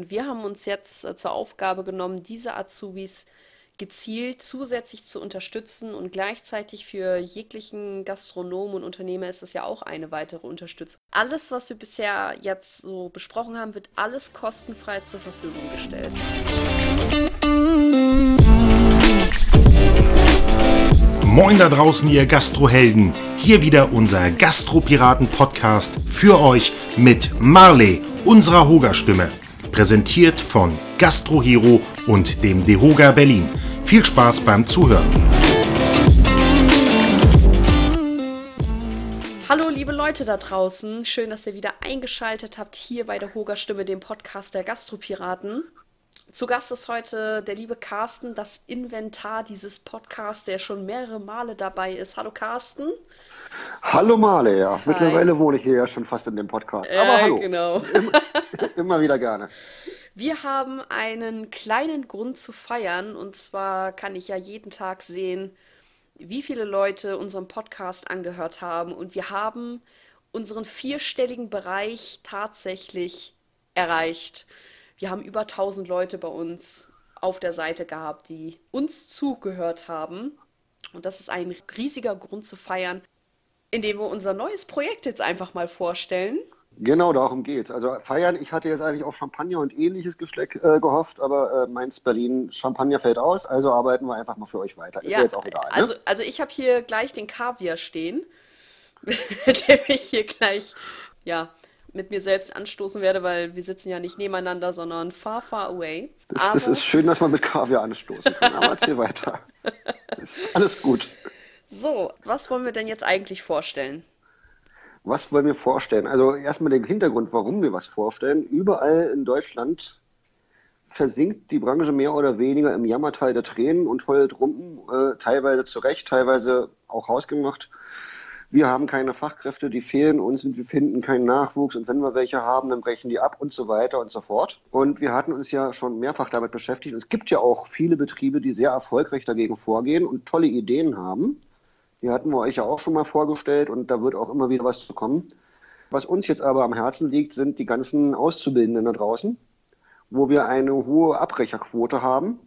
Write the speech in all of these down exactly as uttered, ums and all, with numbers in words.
Und wir haben uns jetzt äh, zur Aufgabe genommen, diese Azubis gezielt zusätzlich zu unterstützen und gleichzeitig für jeglichen Gastronomen und Unternehmer ist es ja auch eine weitere Unterstützung. Alles, was wir bisher jetzt so besprochen haben, wird alles kostenfrei zur Verfügung gestellt. Moin da draußen, ihr Gastrohelden. Hier wieder unser Gastropiraten-Podcast für euch mit Marley, unserer Hoga-Stimme. Präsentiert von Gastrohero und dem DEHOGA Berlin. Viel Spaß beim Zuhören. Hallo liebe Leute da draußen, schön, dass ihr wieder eingeschaltet habt hier bei der Hoga-Stimme, dem Podcast der Gastropiraten. Zu Gast ist heute der liebe Carsten, das Inventar dieses Podcasts, der schon mehrere Male dabei ist. Hallo Carsten. Hallo Marle, ja. Hi. Mittlerweile wohne ich hier ja schon fast in dem Podcast. Ja, Aber hallo. genau. Immer, immer wieder gerne. Wir haben einen kleinen Grund zu feiern und zwar kann ich ja jeden Tag sehen, wie viele Leute unseren Podcast angehört haben und wir haben unseren vierstelligen Bereich tatsächlich erreicht. Wir haben über tausend Leute bei uns auf der Seite gehabt, die uns zugehört haben. Und das ist ein riesiger Grund zu feiern, indem wir unser neues Projekt jetzt einfach mal vorstellen. Genau, darum geht's. Also feiern, ich hatte jetzt eigentlich auf Champagner und ähnliches Geschleck äh, gehofft, aber äh, Mainz, Berlin, Champagner fällt aus, also arbeiten wir einfach mal für euch weiter. Ist ja, ja jetzt auch egal. Ne? Also, also ich habe hier gleich den Kaviar stehen, mit dem ich hier gleich, ja... mit mir selbst anstoßen werde, weil wir sitzen ja nicht nebeneinander, sondern far, far away. Das, Aber das ist schön, dass man mit Kaviar anstoßen kann, aber erzähl weiter. Das ist alles gut. So, was wollen wir denn jetzt eigentlich vorstellen? Was wollen wir vorstellen? Also erstmal den Hintergrund, warum wir was vorstellen. Überall in Deutschland versinkt die Branche mehr oder weniger im Jammertal der Tränen und heult rum, äh, teilweise zu Recht, teilweise auch hausgemacht. Wir haben keine Fachkräfte, die fehlen uns und wir finden keinen Nachwuchs und wenn wir welche haben, dann brechen die ab und so weiter und so fort. Und wir hatten uns ja schon mehrfach damit beschäftigt. Und es gibt ja auch viele Betriebe, die sehr erfolgreich dagegen vorgehen und tolle Ideen haben. Die hatten wir euch ja auch schon mal vorgestellt und da wird auch immer wieder was zu kommen. Was uns jetzt aber am Herzen liegt, sind die ganzen Auszubildenden da draußen, wo wir eine hohe Abbrecherquote haben.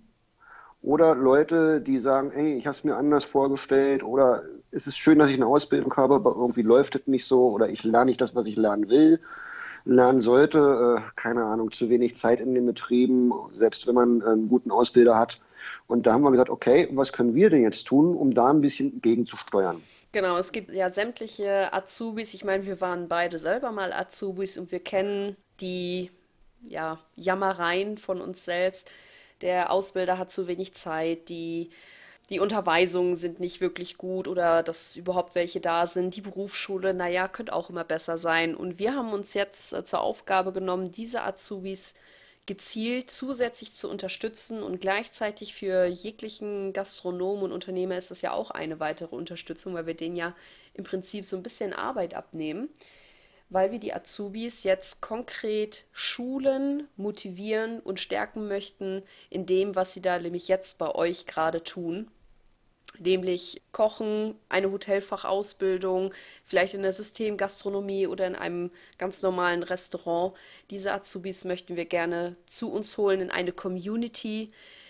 Oder Leute, die sagen, ey, ich habe es mir anders vorgestellt oder es ist schön, dass ich eine Ausbildung habe, aber irgendwie läuft es nicht so oder ich lerne nicht das, was ich lernen will, lernen sollte, äh, keine Ahnung, zu wenig Zeit in den Betrieben, selbst wenn man einen guten Ausbilder hat. Und da haben wir gesagt, okay, was können wir denn jetzt tun, um da ein bisschen gegenzusteuern? Genau, es gibt ja sämtliche Azubis, ich meine, wir waren beide selber mal Azubis und wir kennen die ja, Jammereien von uns selbst. Der Ausbilder hat zu wenig Zeit, die, die Unterweisungen sind nicht wirklich gut oder dass überhaupt welche da sind. Die Berufsschule, naja, könnte auch immer besser sein. Und wir haben uns jetzt äh, zur Aufgabe genommen, diese Azubis gezielt zusätzlich zu unterstützen und gleichzeitig für jeglichen Gastronomen und Unternehmer ist das ja auch eine weitere Unterstützung, weil wir denen ja im Prinzip so ein bisschen Arbeit abnehmen, weil wir die Azubis jetzt konkret schulen, motivieren und stärken möchten in dem, was sie da nämlich jetzt bei euch gerade tun. Nämlich Kochen, eine Hotelfachausbildung, vielleicht in der Systemgastronomie oder in einem ganz normalen Restaurant. Diese Azubis möchten wir gerne zu uns holen in eine Community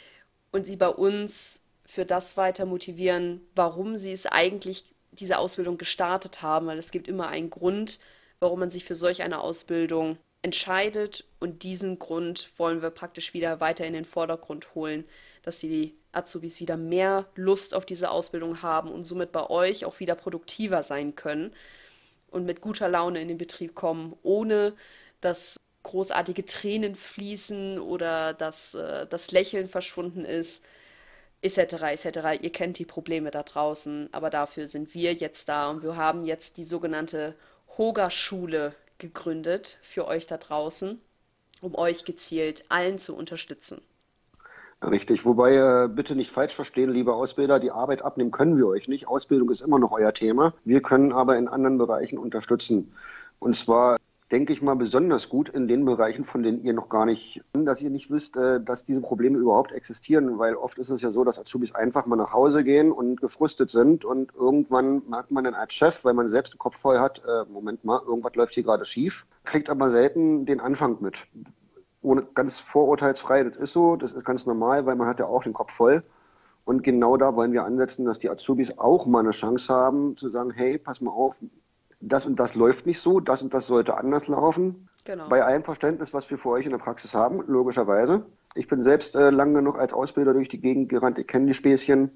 und sie bei uns für das weiter motivieren, warum sie es eigentlich, diese Ausbildung gestartet haben, weil es gibt immer einen Grund, warum man sich für solch eine Ausbildung entscheidet und diesen Grund wollen wir praktisch wieder weiter in den Vordergrund holen, dass die Azubis wieder mehr Lust auf diese Ausbildung haben und somit bei euch auch wieder produktiver sein können und mit guter Laune in den Betrieb kommen, ohne dass großartige Tränen fließen oder dass äh, das Lächeln verschwunden ist, et cetera et cetera. Ihr kennt die Probleme da draußen, aber dafür sind wir jetzt da und wir haben jetzt die sogenannte Hoga-Schule gegründet für euch da draußen, um euch gezielt allen zu unterstützen. Richtig, wobei äh, bitte nicht falsch verstehen, liebe Ausbilder, die Arbeit abnehmen können wir euch nicht. Ausbildung ist immer noch euer Thema. Wir können aber in anderen Bereichen unterstützen. Und zwar denke ich mal besonders gut in den Bereichen, von denen ihr noch gar nicht, dass ihr nicht wisst, äh, dass diese Probleme überhaupt existieren, weil oft ist es ja so, dass Azubis einfach mal nach Hause gehen und gefrustet sind und irgendwann merkt man dann als Chef, weil man selbst den Kopf voll hat, äh, Moment mal, irgendwas läuft hier gerade schief, kriegt aber selten den Anfang mit. ohne ganz vorurteilsfrei, das ist so, das ist ganz normal, weil man hat ja auch den Kopf voll. Und genau da wollen wir ansetzen, dass die Azubis auch mal eine Chance haben, zu sagen, hey, pass mal auf, das und das läuft nicht so, das und das sollte anders laufen. Genau. Bei allem Verständnis, was wir für euch in der Praxis haben, logischerweise. Ich bin selbst äh, lang genug als Ausbilder durch die Gegend gerannt, ich kenne die Späßchen.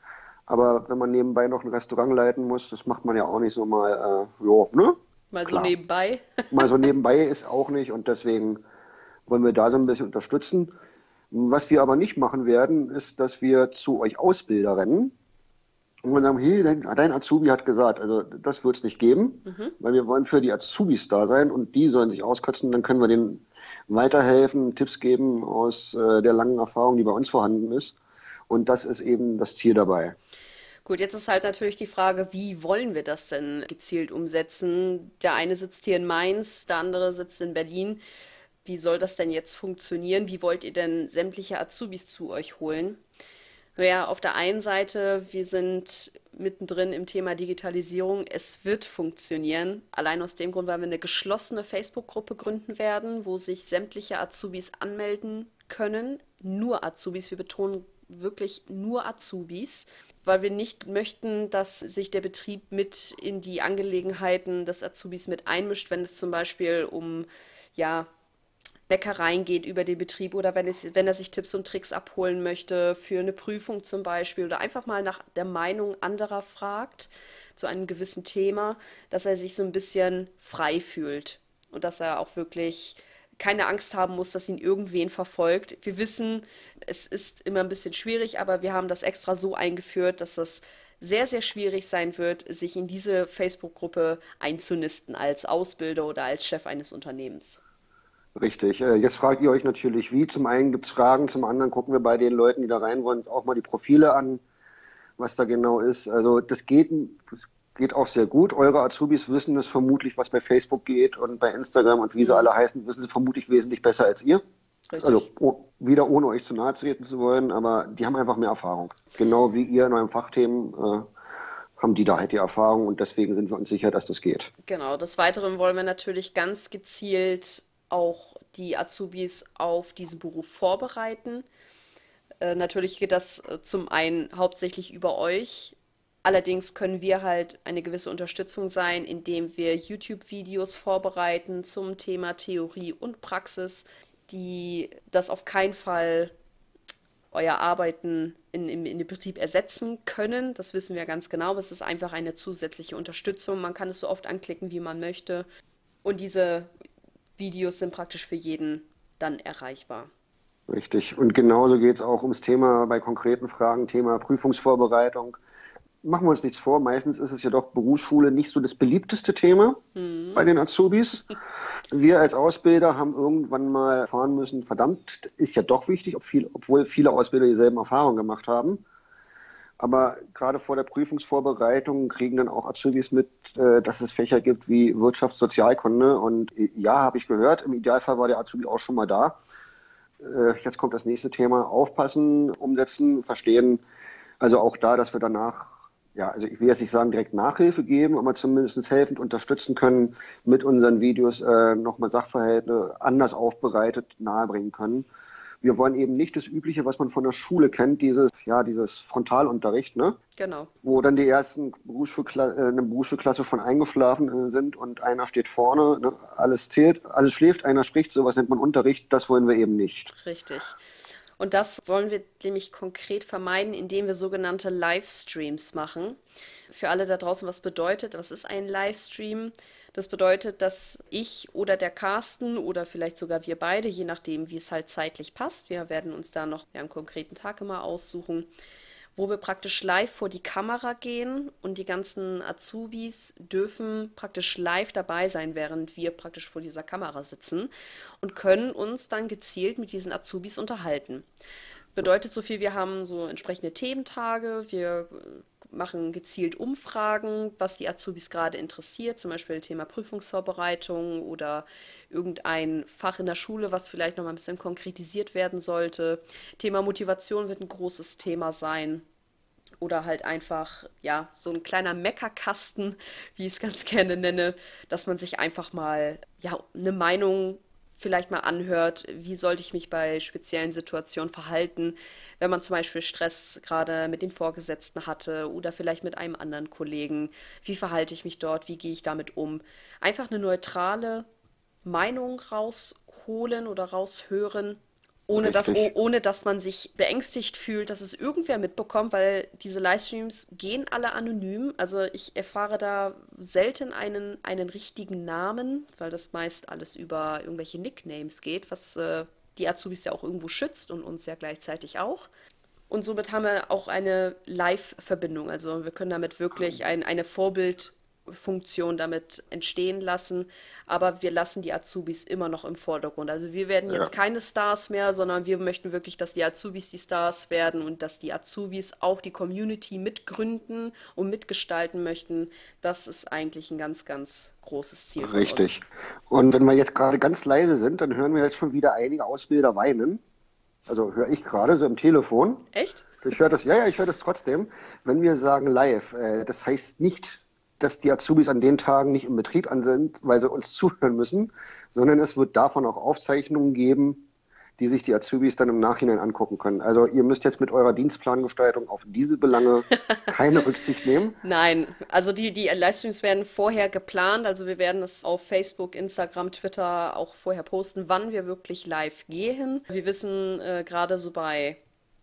Aber wenn man nebenbei noch ein Restaurant leiten muss, das macht man ja auch nicht so mal, äh, ja, ne? Mal so Klar. nebenbei. Mal so nebenbei ist auch nicht und deswegen wollen wir da so ein bisschen unterstützen. Was wir aber nicht machen werden, ist, dass wir zu euch Ausbilder rennen und sagen, hey, dein, dein Azubi hat gesagt, also das wird es nicht geben, mhm. weil wir wollen für die Azubis da sein und die sollen sich auskotzen, dann können wir denen weiterhelfen, Tipps geben aus äh, der langen Erfahrung, die bei uns vorhanden ist. Und das ist eben das Ziel dabei. Gut, jetzt ist halt natürlich die Frage, wie wollen wir das denn gezielt umsetzen? Der eine sitzt hier in Mainz, der andere sitzt in Berlin. Wie soll das denn jetzt funktionieren? Wie wollt ihr denn sämtliche Azubis zu euch holen? Naja, auf der einen Seite, wir sind mittendrin im Thema Digitalisierung. Es wird funktionieren. Allein aus dem Grund, weil wir eine geschlossene Facebook-Gruppe gründen werden, wo sich sämtliche Azubis anmelden können. Nur Azubis, wir betonen wirklich nur Azubis, weil wir nicht möchten, dass sich der Betrieb mit in die Angelegenheiten des Azubis mit einmischt, wenn es zum Beispiel um, ja, Bäckereien geht über den Betrieb oder wenn, es, wenn er sich Tipps und Tricks abholen möchte für eine Prüfung zum Beispiel oder einfach mal nach der Meinung anderer fragt zu einem gewissen Thema, dass er sich so ein bisschen frei fühlt und dass er auch wirklich keine Angst haben muss, dass ihn irgendwen verfolgt. Wir wissen, es ist immer ein bisschen schwierig, aber wir haben das extra so eingeführt, dass das sehr, sehr schwierig sein wird, sich in diese Facebook-Gruppe einzunisten als Ausbilder oder als Chef eines Unternehmens. Richtig. Jetzt fragt ihr euch natürlich, wie. Zum einen gibt es Fragen, zum anderen gucken wir bei den Leuten, die da rein wollen, auch mal die Profile an, was da genau ist. Also das geht, das geht auch sehr gut. Eure Azubis wissen es vermutlich, was bei Facebook geht und bei Instagram und wie sie alle heißen, wissen sie vermutlich wesentlich besser als ihr. Richtig. Also oh, wieder ohne euch zu nahe treten zu wollen, aber die haben einfach mehr Erfahrung. Genau wie ihr in eurem Fachthemen äh, haben die da halt die Erfahrung und deswegen sind wir uns sicher, dass das geht. Genau, des Weiteren wollen wir natürlich ganz gezielt auch die Azubis auf diesen Beruf vorbereiten. Äh, natürlich geht das äh, zum einen hauptsächlich über euch. Allerdings können wir halt eine gewisse Unterstützung sein, indem wir YouTube-Videos vorbereiten zum Thema Theorie und Praxis, die das auf keinen Fall euer Arbeiten in, in, in dem Betrieb ersetzen können. Das wissen wir ganz genau. Es ist einfach eine zusätzliche Unterstützung. Man kann es so oft anklicken, wie man möchte. Und diese Videos sind praktisch für jeden dann erreichbar. Richtig. Und genauso geht es auch ums Thema bei konkreten Fragen, Thema Prüfungsvorbereitung. Machen wir uns nichts vor, meistens ist es ja doch Berufsschule nicht so das beliebteste Thema mhm. bei den Azubis. Wir als Ausbilder haben irgendwann mal erfahren müssen, verdammt, ist ja doch wichtig, obwohl viele Ausbilder dieselben Erfahrungen gemacht haben. Aber gerade vor der Prüfungsvorbereitung kriegen dann auch Azubis mit, dass es Fächer gibt wie Wirtschafts-, Sozialkunde. Und ja, habe ich gehört, im Idealfall war der Azubi auch schon mal da. Jetzt kommt das nächste Thema, aufpassen, umsetzen, verstehen. Also auch da, dass wir danach, ja, also ich will jetzt nicht sagen direkt Nachhilfe geben, aber zumindest helfend unterstützen können, mit unseren Videos äh, nochmal Sachverhalte anders aufbereitet nahebringen können. Wir wollen eben nicht das Übliche, was man von der Schule kennt, dieses, ja, dieses Frontalunterricht, ne? Genau. Wo dann die ersten Berufsschulklasse, äh, eine Berufsschulklasse schon eingeschlafen äh, sind und einer steht vorne, ne? Alles zählt, alles schläft, einer spricht, sowas nennt man Unterricht, das wollen wir eben nicht. Richtig. Und das wollen wir nämlich konkret vermeiden, indem wir sogenannte Livestreams machen. Für alle da draußen, was bedeutet, was ist ein Livestream? Das bedeutet, dass ich oder der Carsten oder vielleicht sogar wir beide, je nachdem, wie es halt zeitlich passt, wir werden uns da noch einen konkreten Tag immer aussuchen, wo wir praktisch live vor die Kamera gehen und die ganzen Azubis dürfen praktisch live dabei sein, während wir praktisch vor dieser Kamera sitzen und können uns dann gezielt mit diesen Azubis unterhalten. Bedeutet so viel, wir haben so entsprechende Thementage, wir machen gezielt Umfragen, was die Azubis gerade interessiert, zum Beispiel Thema Prüfungsvorbereitung oder irgendein Fach in der Schule, was vielleicht noch mal ein bisschen konkretisiert werden sollte. Thema Motivation wird ein großes Thema sein. Oder halt einfach, ja, so ein kleiner Meckerkasten, wie ich es ganz gerne nenne, dass man sich einfach mal, ja, eine Meinung vielleicht mal anhört, wie sollte ich mich bei speziellen Situationen verhalten, wenn man zum Beispiel Stress gerade mit dem Vorgesetzten hatte oder vielleicht mit einem anderen Kollegen. Wie verhalte ich mich dort? Wie gehe ich damit um? Einfach eine neutrale Meinung rausholen oder raushören, ohne dass, oh, Richtig. ohne dass man sich beängstigt fühlt, dass es irgendwer mitbekommt, weil diese Livestreams gehen alle anonym. Also ich erfahre da selten einen, einen richtigen Namen, weil das meist alles über irgendwelche Nicknames geht, was äh, die Azubis ja auch irgendwo schützt und uns ja gleichzeitig auch. Und somit haben wir auch eine Live-Verbindung. Also wir können damit wirklich ein, eine Vorbildfunktion damit entstehen lassen, aber wir lassen die Azubis immer noch im Vordergrund. Also wir werden jetzt Ja, keine Stars mehr, sondern wir möchten wirklich, dass die Azubis die Stars werden und dass die Azubis auch die Community mitgründen und mitgestalten möchten. Das ist eigentlich ein ganz, ganz großes Ziel von uns. richtig. Und wenn wir jetzt gerade ganz leise sind, dann hören wir jetzt schon wieder einige Ausbilder weinen. Also höre ich gerade so im Telefon. Echt? Ich höre das, ja, ja, ich höre das trotzdem. Wenn wir sagen live, äh, das heißt nicht, dass die Azubis an den Tagen nicht im Betrieb an sind, weil sie uns zuhören müssen, sondern es wird davon auch Aufzeichnungen geben, die sich die Azubis dann im Nachhinein angucken können. Also ihr müsst jetzt mit eurer Dienstplangestaltung auf diese Belange keine Rücksicht nehmen. Nein, also die, die Livestreams werden vorher geplant. Also wir werden es auf Facebook, Instagram, Twitter auch vorher posten, wann wir wirklich live gehen. Wir wissen äh, gerade so bei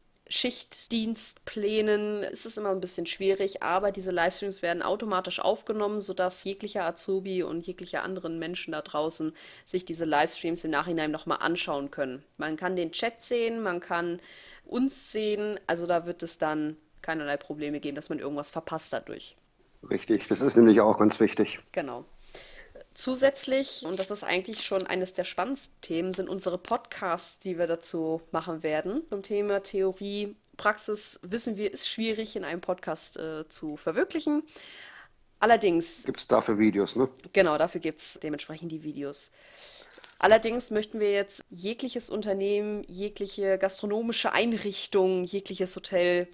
Schichtdienstplänen ist es immer ein bisschen schwierig, aber diese Livestreams werden automatisch aufgenommen, sodass jeglicher Azubi und jeglicher anderen Menschen da draußen sich diese Livestreams im Nachhinein nochmal anschauen können. Man kann den Chat sehen, man kann uns sehen, also da wird es dann keinerlei Probleme geben, dass man irgendwas verpasst dadurch. Richtig, das ist nämlich auch ganz wichtig. Genau. Zusätzlich, und das ist eigentlich schon eines der spannendsten Themen, sind unsere Podcasts, die wir dazu machen werden. Zum Thema Theorie, Praxis wissen wir, ist schwierig in einem Podcast äh, zu verwirklichen. Allerdings, Gibt es dafür Videos, ne? genau, dafür gibt es dementsprechend die Videos. Allerdings möchten wir jetzt jegliches Unternehmen, jegliche gastronomische Einrichtung, jegliches Hotel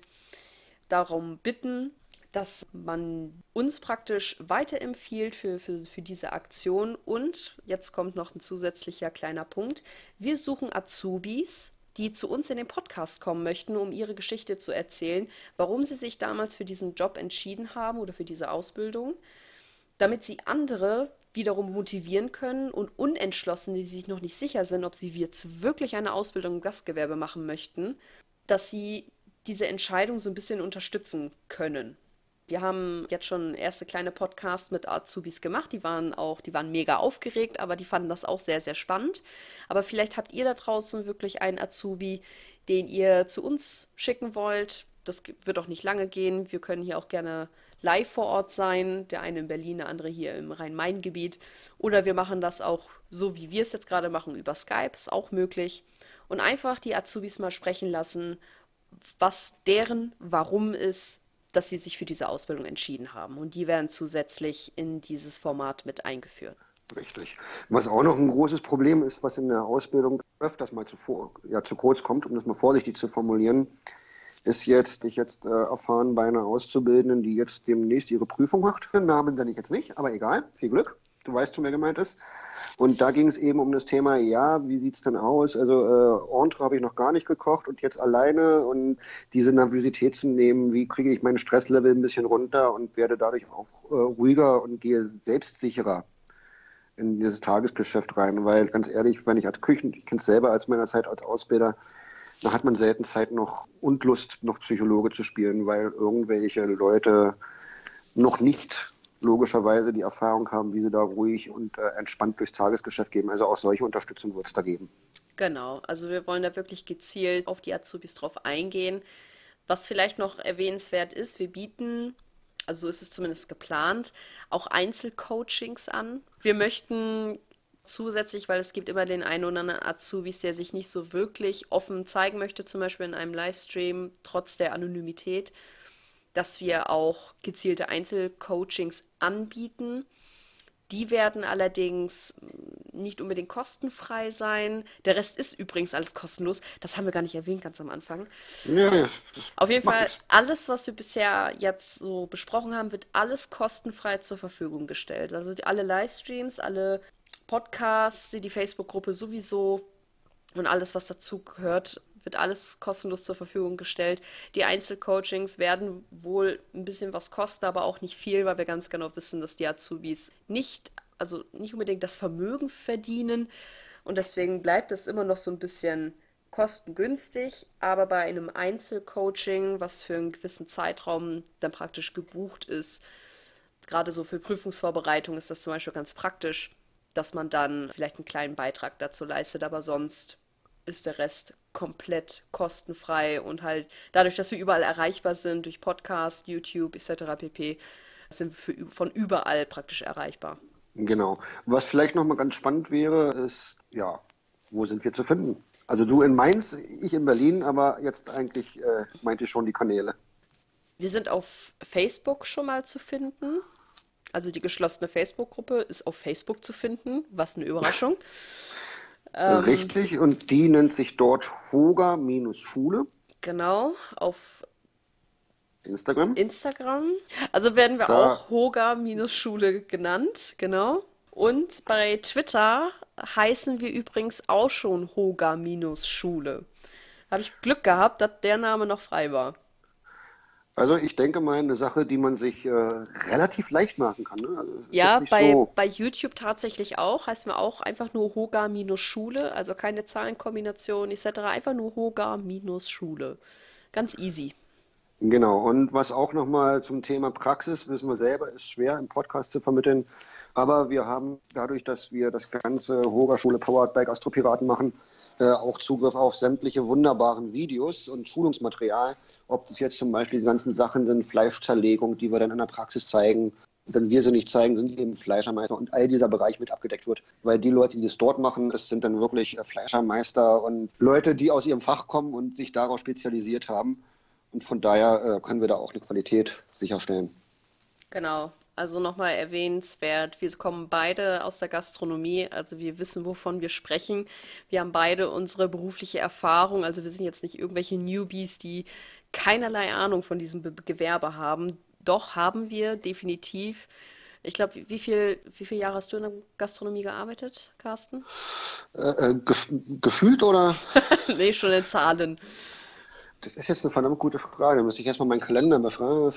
darum bitten, dass man uns praktisch weiterempfiehlt für, für, für diese Aktion. Und jetzt kommt noch ein zusätzlicher kleiner Punkt. Wir suchen Azubis, die zu uns in den Podcast kommen möchten, um ihre Geschichte zu erzählen, warum sie sich damals für diesen Job entschieden haben oder für diese Ausbildung, damit sie andere wiederum motivieren können und Unentschlossene, die sich noch nicht sicher sind, ob sie jetzt wirklich eine Ausbildung im Gastgewerbe machen möchten, dass sie diese Entscheidung so ein bisschen unterstützen können. Wir haben jetzt schon erste kleine Podcasts mit Azubis gemacht, die waren auch, die waren mega aufgeregt, aber die fanden das auch sehr, sehr spannend. Aber vielleicht habt ihr da draußen wirklich einen Azubi, den ihr zu uns schicken wollt. Das wird auch nicht lange gehen. Wir können hier auch gerne live vor Ort sein, der eine in Berlin, der andere hier im Rhein-Main-Gebiet. Oder wir machen das auch so, wie wir es jetzt gerade machen, über Skype, ist auch möglich. Und einfach die Azubis mal sprechen lassen, was deren Warum ist, dass sie sich für diese Ausbildung entschieden haben. Und die werden zusätzlich in dieses Format mit eingeführt. Richtig. Was auch noch ein großes Problem ist, was in der Ausbildung öfters mal zu, vor, ja, zu kurz kommt, um das mal vorsichtig zu formulieren, ist jetzt, ich jetzt äh, erfahren bei einer Auszubildenden, die jetzt demnächst ihre Prüfung macht. Den Namen nenne ich jetzt nicht, aber egal, viel Glück. Du weißt schon, wer gemeint ist. Und da ging es eben um das Thema, ja, wie sieht es denn aus? Also äh, Entree habe ich noch gar nicht gekocht und jetzt alleine und diese Nervosität zu nehmen, wie kriege ich mein Stresslevel ein bisschen runter und werde dadurch auch äh, ruhiger und gehe selbstsicherer in dieses Tagesgeschäft rein. Weil ganz ehrlich, wenn ich als Küchen, ich kenne es selber als meiner Zeit als Ausbilder, da hat man selten Zeit noch und Lust, noch Psychologe zu spielen, weil irgendwelche Leute noch nicht logischerweise die Erfahrung haben, wie sie da ruhig und äh, entspannt durchs Tagesgeschäft gehen. Also auch solche Unterstützung wird es da geben. Genau, also wir wollen da wirklich gezielt auf die Azubis drauf eingehen. Was vielleicht noch erwähnenswert ist, wir bieten, also so ist es zumindest geplant, auch Einzelcoachings an. Wir möchten zusätzlich, weil es gibt immer den einen oder anderen Azubis, der sich nicht so wirklich offen zeigen möchte, zum Beispiel in einem Livestream, trotz der Anonymität, dass wir auch gezielte Einzelcoachings anbieten. Die werden allerdings nicht unbedingt kostenfrei sein. Der Rest ist übrigens alles kostenlos. Das haben wir gar nicht erwähnt ganz am Anfang. Ja, ja, das Auf jeden macht Fall, nichts. alles, was wir bisher jetzt so besprochen haben, wird alles kostenfrei zur Verfügung gestellt. Also die, alle Livestreams, alle Podcast, die Facebook-Gruppe sowieso und alles, was dazu gehört, wird alles kostenlos zur Verfügung gestellt. Die Einzelcoachings werden wohl ein bisschen was kosten, aber auch nicht viel, weil wir ganz genau wissen, dass die Azubis nicht, also nicht unbedingt das Vermögen verdienen. Und deswegen bleibt es immer noch so ein bisschen kostengünstig, aber bei einem Einzelcoaching, was für einen gewissen Zeitraum dann praktisch gebucht ist, gerade so für Prüfungsvorbereitung ist das zum Beispiel ganz praktisch, dass man dann vielleicht einen kleinen Beitrag dazu leistet, aber sonst ist der Rest komplett kostenfrei und halt dadurch, dass wir überall erreichbar sind, durch Podcast, YouTube et cetera pp., sind wir für, von überall praktisch erreichbar. Genau. Was vielleicht nochmal ganz spannend wäre, ist, ja, wo sind wir zu finden? Also du in Mainz, ich in Berlin, aber jetzt eigentlich äh, meinte ich schon die Kanäle. Wir sind auf Facebook schon mal zu finden. Also die geschlossene Facebook-Gruppe ist auf Facebook zu finden. Was eine Überraschung. ähm, Richtig, und die nennt sich dort Hoga-Schule. Genau, auf Instagram. Instagram. Also werden wir Da- auch Hoga-Schule genannt, genau. Und bei Twitter heißen wir übrigens auch schon Hoga-Schule. Habe ich Glück gehabt, dass der Name noch frei war. Also ich denke mal eine Sache, die man sich äh, relativ leicht merken kann. Ne? Also ist Ja, jetzt nicht bei, so. bei YouTube tatsächlich auch. Heißt mir auch einfach nur Hoga-Schule, also keine Zahlenkombination et cetera. Einfach nur Hoga-Schule. Ganz easy. Genau. Und was auch nochmal zum Thema Praxis, wissen wir selber, ist schwer im Podcast zu vermitteln. Aber wir haben dadurch, dass wir das ganze Hoga-Schule Powered by Gastropiraten machen, äh, auch Zugriff auf sämtliche wunderbaren Videos und Schulungsmaterial. Ob das jetzt zum Beispiel die ganzen Sachen sind, Fleischzerlegung, die wir dann in der Praxis zeigen. Wenn wir sie nicht zeigen, sind eben Fleischermeister und all dieser Bereich mit abgedeckt wird. Weil die Leute, die das dort machen, das sind dann wirklich äh, Fleischermeister und Leute, die aus ihrem Fach kommen und sich darauf spezialisiert haben. Und von daher äh, können wir da auch eine Qualität sicherstellen. Genau. Also nochmal erwähnenswert, wir kommen beide aus der Gastronomie, also wir wissen, wovon wir sprechen. Wir haben beide unsere berufliche Erfahrung, also wir sind jetzt nicht irgendwelche Newbies, die keinerlei Ahnung von diesem Be Gewerbe haben. Doch haben wir definitiv. Ich glaube, wie wie viel, wie viele Jahre hast du in der Gastronomie gearbeitet, Carsten? Äh, äh, gef gefühlt oder? Nee, schon in Zahlen. Das ist jetzt eine verdammt gute Frage. Da müsste ich erstmal meinen Kalender befragen.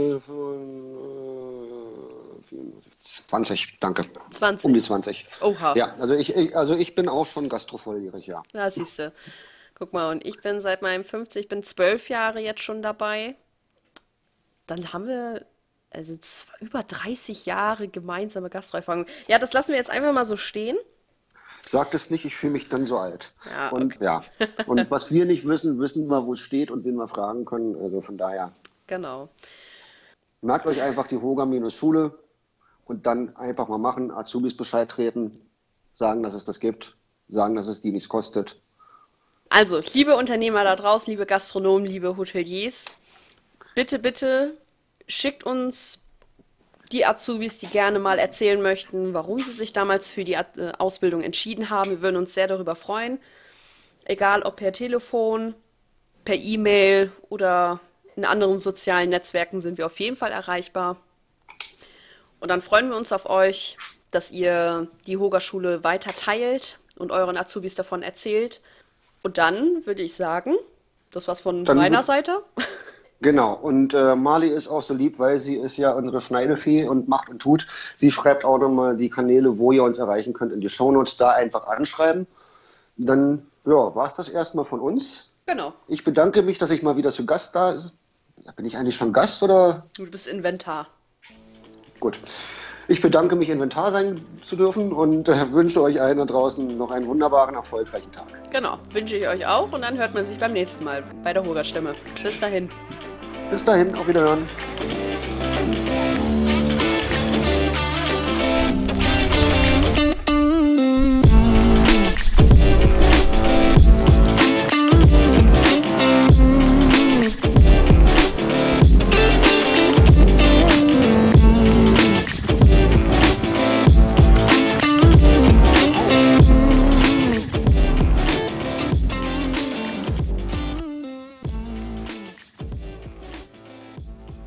zwanzig, danke. Um die zwanzig. zwanzig. Oha. Ja, also ich, ich, also ich bin auch schon gastrovolljährig, ja. Ja, siehst du. Guck mal, und ich bin seit meinem fünfzig, ich bin zwölf Jahre jetzt schon dabei. Dann haben wir also z- über dreißig Jahre gemeinsame Gastroerfahrung. Ja, das lassen wir jetzt einfach mal so stehen. Sagt es nicht, ich fühle mich dann so alt. Ja, Und okay. ja, und was wir nicht wissen, wissen wir, wo es steht und wen wir fragen können. Also von daher, Genau. merkt euch einfach die Hoga-Schule und dann einfach mal machen, Azubis Bescheid treten, sagen, dass es das gibt, sagen, dass es die nichts kostet. Also, liebe Unternehmer da draußen, liebe Gastronomen, liebe Hoteliers, bitte, bitte schickt uns die Azubis, die gerne mal erzählen möchten, warum sie sich damals für die A- äh, Ausbildung entschieden haben. Wir würden uns sehr darüber freuen. Egal ob per Telefon, per E-Mail oder in anderen sozialen Netzwerken sind wir auf jeden Fall erreichbar. Und dann freuen wir uns auf euch, dass ihr die Hoga-Schule weiter teilt und euren Azubis davon erzählt. Und dann würde ich sagen, das war's von Dann meiner wird, Seite. genau, und äh, Marli ist auch so lieb, weil sie ist ja unsere Schneidefee und macht und tut. Sie schreibt auch nochmal die Kanäle, wo ihr uns erreichen könnt, in die Shownotes, da einfach anschreiben. Dann, ja, war es das erstmal von uns. Genau. Ich bedanke mich, dass ich mal wieder zu Gast da bin. Bin ich eigentlich schon Gast oder? Du bist Inventar. Gut. Ich bedanke mich, Inventar sein zu dürfen und äh, wünsche euch allen da draußen noch einen wunderbaren, erfolgreichen Tag. Genau, wünsche ich euch auch und dann hört man sich beim nächsten Mal bei der Hoga-Stimme. Bis dahin. Bis dahin, auf Wiederhören.